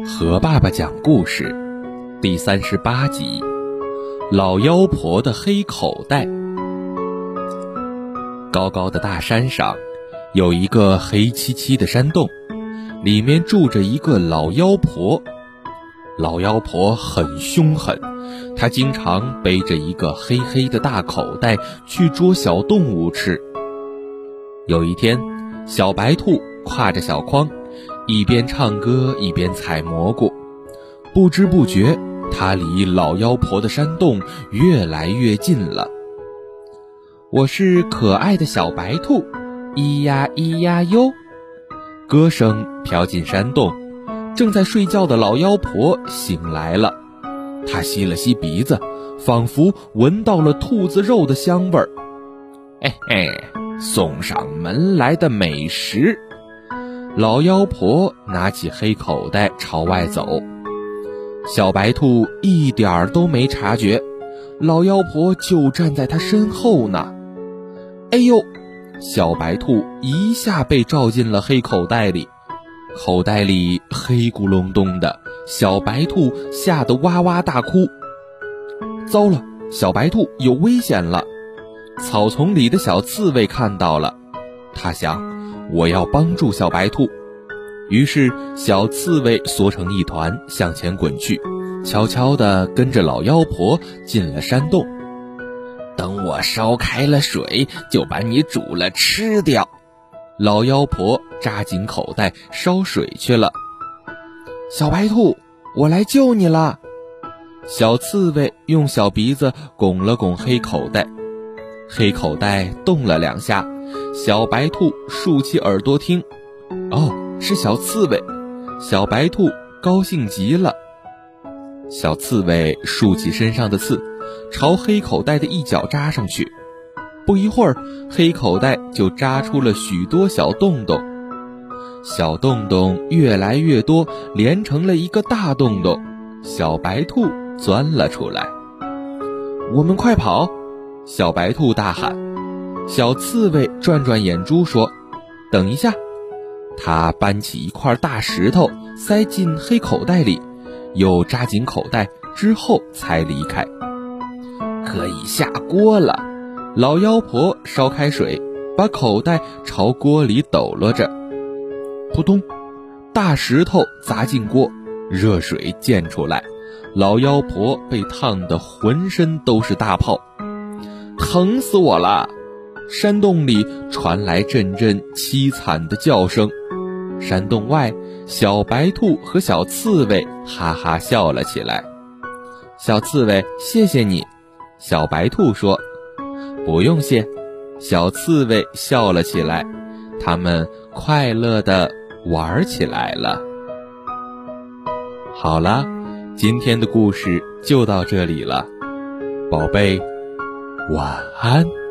和爸爸讲故事第38集，老妖婆的黑口袋。高高的大山上有一个黑漆漆的山洞，里面住着一个老妖婆。老妖婆很凶狠，她经常背着一个黑黑的大口袋去捉小动物吃。有一天，小白兔挎着小筐，一边唱歌一边采蘑菇，不知不觉它离老妖婆的山洞越来越近了。我是可爱的小白兔，咿呀咿呀哟，歌声飘进山洞。正在睡觉的老妖婆醒来了，她吸了吸鼻子，仿佛闻到了兔子肉的香味儿。嘿嘿，送上门来的美食。老妖婆拿起黑口袋朝外走，小白兔一点儿都没察觉，老妖婆就站在她身后呢。哎呦，小白兔一下被照进了黑口袋里，口袋里黑咕隆咚的，小白兔吓得哇哇大哭。糟了，小白兔有危险了！草丛里的小刺猬看到了，他想，我要帮助小白兔。于是小刺猬缩成一团向前滚去，悄悄地跟着老妖婆进了山洞。等我烧开了水，就把你煮了吃掉。老妖婆扎紧口袋烧水去了。小白兔，我来救你了。小刺猬用小鼻子拱了拱黑口袋，黑口袋动了两下，小白兔竖起耳朵听，哦，是小刺猬。小白兔高兴极了。小刺猬竖起身上的刺，朝黑口袋的一角扎上去。不一会儿，黑口袋就扎出了许多小洞洞，小洞洞越来越多，连成了一个大洞洞。小白兔钻了出来。我们快跑！小白兔大喊。小刺猬转转眼珠说，等一下。他搬起一块大石头塞进黑口袋里，又扎紧口袋，之后才离开。可以下锅了。老妖婆烧开水，把口袋朝锅里抖落着。扑通，大石头砸进锅，热水溅出来，老妖婆被烫得浑身都是大泡。疼死我了！山洞里传来阵阵凄惨的叫声。山洞外，小白兔和小刺猬哈哈笑了起来。小刺猬，谢谢你。小白兔说，不用谢。小刺猬笑了起来，他们快乐地玩起来了。好了，今天的故事就到这里了，宝贝，晚安。